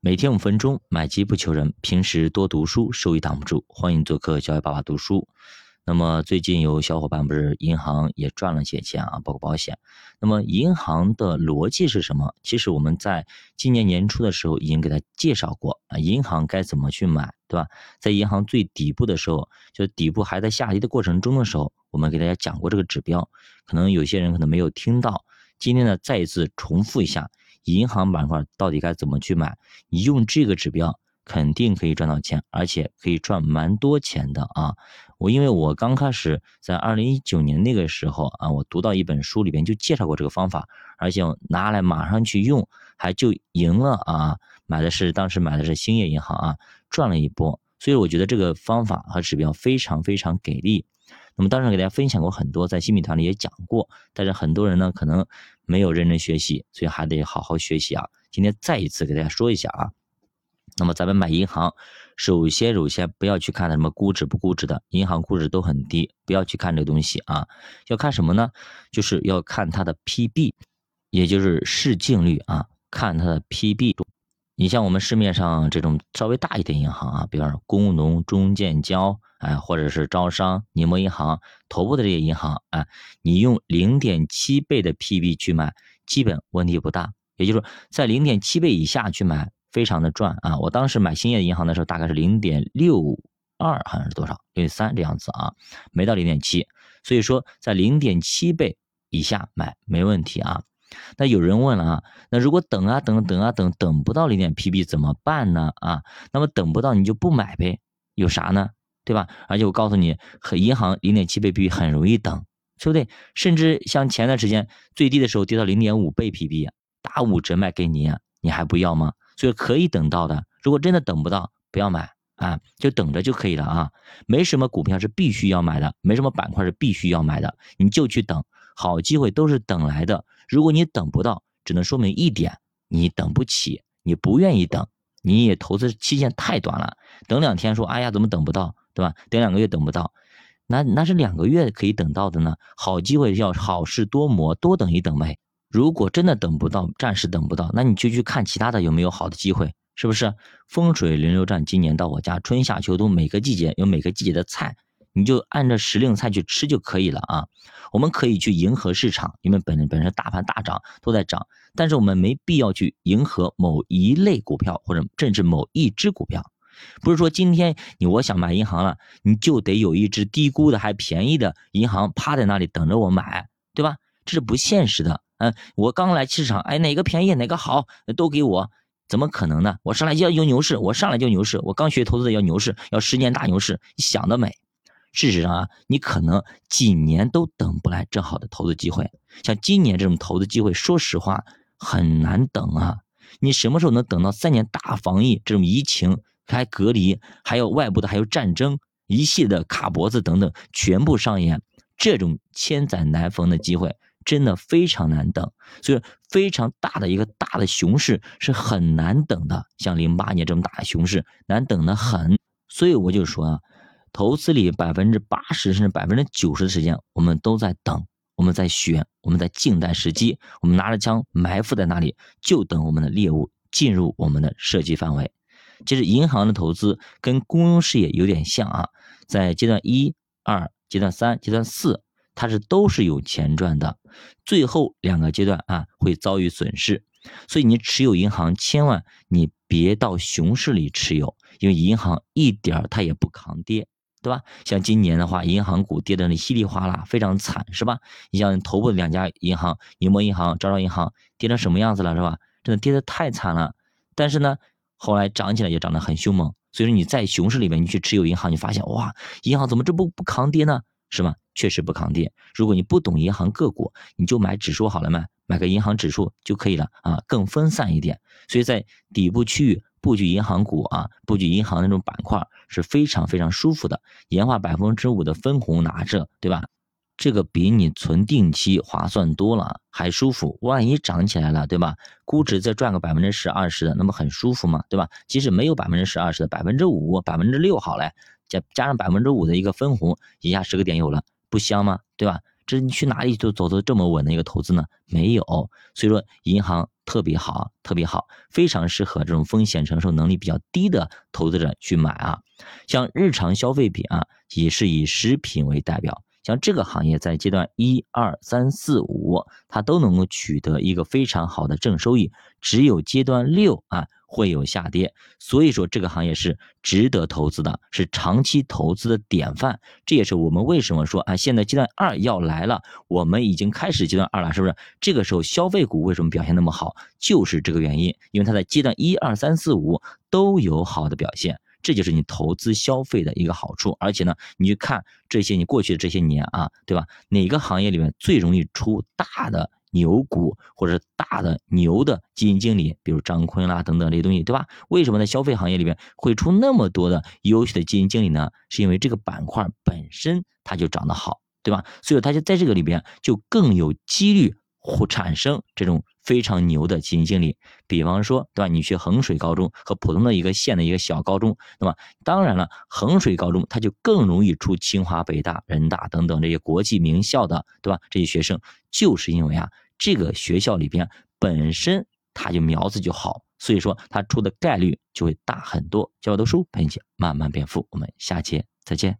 每天5分钟，买基不求人。平时多读书，收益挡不住。欢迎做客教育爸爸读书。那么最近有小伙伴不是银行也赚了些钱啊，包括保险。那么银行的逻辑是什么？其实我们在今年年初的时候已经给他介绍过啊，银行该怎么去买，对吧？在银行最底部的时候，就底部还在下跌的过程中的时候，我们给大家讲过这个指标，可能有些人可能没有听到。今天呢，再一次重复一下，银行板块到底该怎么去买？你用这个指标肯定可以赚到钱，而且可以赚蛮多钱的啊！因为我刚开始在2019年那个时候啊，我读到一本书里边就介绍过这个方法，而且我拿来马上去用，还就赢了啊！当时买的是兴业银行啊，赚了一波。所以我觉得这个方法和指标非常非常给力。那么当时给大家分享过很多，在新米团里也讲过，但是很多人呢可能没有认真学习，所以还得好好学习啊。今天再一次给大家说一下啊。那么咱们买银行，首先不要去看什么估值不估值的，银行估值都很低，不要去看这个东西啊。要看什么呢？就是要看它的 PB， 也就是市净率啊，看它的 PB。你像我们市面上这种稍微大一点银行啊，比方说工农、中建交，或者是招商、宁波银行头部的这些银行，你用0.7倍的 PB 去买，基本问题不大。也就是说，在0.7倍以下去买，非常的赚啊！我当时买兴业银行的时候，大概是0.62，好像是多少，0.3这样子啊，没到0.7，所以说在0.7倍以下买没问题啊。那有人问了啊，那如果等不到0.PB 怎么办呢？啊，那么等不到你就不买呗，有啥呢？对吧？而且我告诉你，银行0.7倍 PB 很容易等，对不对？甚至像前段时间最低的时候跌到0.5倍 PB， 打5折卖给你，你还不要吗？所以可以等到的，如果真的等不到，不要买啊，就等着就可以了啊。没什么股票是必须要买的，没什么板块是必须要买的，你就去等，好机会都是等来的。如果你等不到，只能说明一点，你等不起，你不愿意等，你也投资期限太短了。等2天说，哎呀，怎么等不到，对吧？等2个月等不到，那是2个月可以等到的呢。好机会要好事多磨，多等一等呗。如果真的等不到，暂时等不到，那你就去看其他的有没有好的机会，是不是？风水轮流转，今年到我家，春夏秋冬每个季节有每个季节的菜，你就按照时令菜去吃就可以了啊。我们可以去迎合市场，因为本身大盘大涨都在涨，但是我们没必要去迎合某一类股票或者甚至某一只股票。不是说今天我想买银行了，你就得有一只低估的还便宜的银行趴在那里等着我买，对吧？这是不现实的。我刚来市场，哪个便宜哪个好都给我，怎么可能呢？我上来就要有牛市，我刚学投资的要牛市，要10年大牛市，你想得美。事实上啊，你可能几年都等不来这好的投资机会。像今年这种投资机会，说实话很难等啊。你什么时候能等到3年大防疫这种疫情还隔离，还有外部的还有战争，一系列的卡脖子等等全部上演，这种千载难逢的机会真的非常难等。所以非常大的一个大的熊市是很难等的，像08年这么大的熊市难等的很。所以我就说啊，投资里80%甚至90%的时间我们都在等，我们在学，我们在静待时机，我们拿着枪埋伏在那里，就等我们的猎物进入我们的射击范围。其实银行的投资跟公用事业有点像啊，在阶段1、2、阶段3、阶段4，它都是有钱赚的，最后2个阶段会遭遇损失。所以你持有银行，千万你别到熊市里持有，因为银行一点它也不抗跌，对吧？像今年的话，银行股跌得稀里哗啦，非常惨，是吧？你像头部的2家银行，宁波银行、招商银行，跌成什么样子了，是吧？真的跌得太惨了。但是呢，后来涨起来也涨得很凶猛。所以说你在熊市里面，你去持有银行，你发现哇，银行怎么这不抗跌呢？是吗？确实不抗跌。如果你不懂银行个股，你就买指数好了嘛，买个银行指数就可以了啊，更分散一点。所以在底部区域布局银行股啊，布局银行那种板块是非常非常舒服的，年化5%的分红拿着，对吧？这个比你存定期划算多了，还舒服。万一涨起来了，对吧？估值再赚个10%、20%的，那么很舒服嘛，对吧？即使没有10%、20%的5%、6%好嘞，加上5%的一个分红，一下10个点有了，不香吗？对吧？ 这你去哪里就走得这么稳的一个投资呢？没有，所以说银行特别好，特别好，非常适合这种风险承受能力比较低的投资者去买啊。像日常消费品啊，也是以食品为代表。像这个行业在阶段1、2、3、4、5，它都能够取得一个非常好的正收益，只有阶段6啊会有下跌。所以说这个行业是值得投资的，是长期投资的典范。这也是我们为什么说啊，现在阶段2要来了，我们已经开始阶段2了，是不是？这个时候消费股为什么表现那么好，就是这个原因，因为它在阶段1、2、3、4、5都有好的表现。这就是你投资消费的一个好处，而且呢，你去看这些你过去的这些年啊，对吧？哪个行业里面最容易出大的牛股或者大的牛的基金经理，比如张坤啦等等这些东西，对吧？为什么在消费行业里面会出那么多的优秀的基金经理呢？是因为这个板块本身它就长得好，对吧？所以它就在这个里边就更有几率会产生这种非常牛的基金经理。比方说，对吧？你去衡水高中和普通的一个县的一个小高中，那么当然了，衡水高中它就更容易出清华、北大、人大等等这些国际名校的，对吧？这些学生就是因为啊，这个学校里边本身它就苗子就好，所以说它出的概率就会大很多。教我读书陪你一起慢慢变富，我们下节再见。